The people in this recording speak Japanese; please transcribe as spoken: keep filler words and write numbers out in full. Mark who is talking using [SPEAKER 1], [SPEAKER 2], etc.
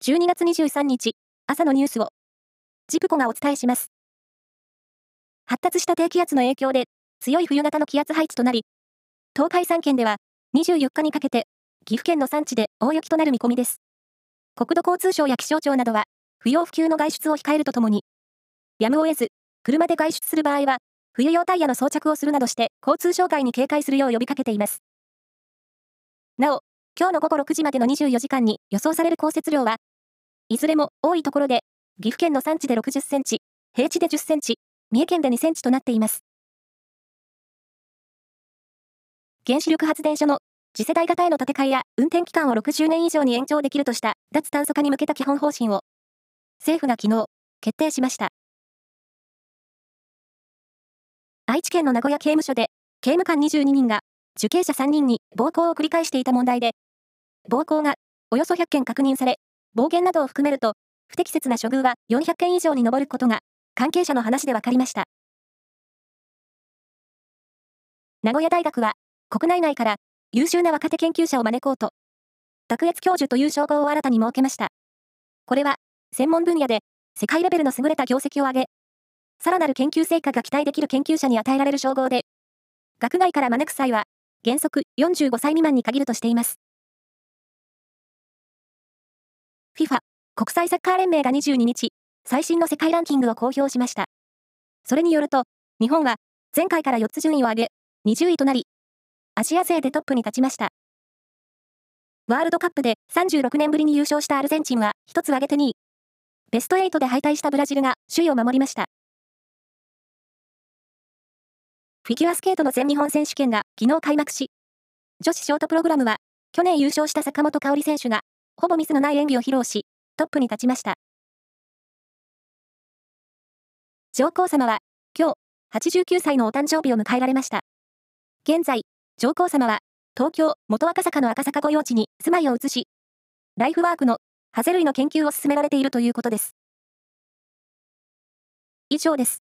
[SPEAKER 1] じゅうにがつにじゅうさんにち、朝のニュースを、ジプコがお伝えします。発達した低気圧の影響で、強い冬型の気圧配置となり、東海さん県では、にじゅうよっかにかけて、岐阜県の山地で大雪となる見込みです。国土交通省や気象庁などは、不要不急の外出を控えるとともに、やむを得ず、車で外出する場合は、冬用タイヤの装着をするなどして、交通障害に警戒するよう呼びかけています。なお、今日のごごろくじまでのにじゅうよじかんに予想される降雪量は、いずれも多いところで、岐阜県の山地でろくじゅっセンチ、平地でじゅっセンチ、三重県でにセンチとなっています。原子力発電所の次世代型への建て替えや運転期間をろくじゅうねん以上に延長できるとした脱炭素化に向けた基本方針を、政府が昨日、決定しました。愛知県の名古屋刑務所で、刑務官にじゅうににんが受刑者さんにんに暴行を繰り返していた問題で、暴行がおよそひゃっけん確認され、暴言などを含めると、不適切な処遇はよんひゃっけん以上に上ることが、関係者の話で分かりました。名古屋大学は、国内外から優秀な若手研究者を招こうと、卓越教授という称号を新たに設けました。これは、専門分野で世界レベルの優れた業績を上げ、さらなる研究成果が期待できる研究者に与えられる称号で、学外から招く際は、原則よんじゅうごさい未満に限るとしています。フィファ 国際サッカー連盟がにじゅうににち、最新の世界ランキングを公表しました。それによると、日本は前回からよっつ順位を上げ、にじゅういとなり、アジア勢でトップに立ちました。ワールドカップでさんじゅうろくねんぶりに優勝したアルゼンチンはひとつ上げてにい。ベストはちで敗退したブラジルが首位を守りました。フィギュアスケートの全日本選手権が昨日開幕し、女子ショートプログラムは去年優勝した坂本花織選手がほぼミスのない演技を披露し、トップに立ちました。上皇さまは今日はちじゅうきゅうさいのお誕生日を迎えられました。現在、上皇さまは東京元赤坂の赤坂御用地に住まいを移し、ライフワークのハゼ類の研究を進められているということです。以上です。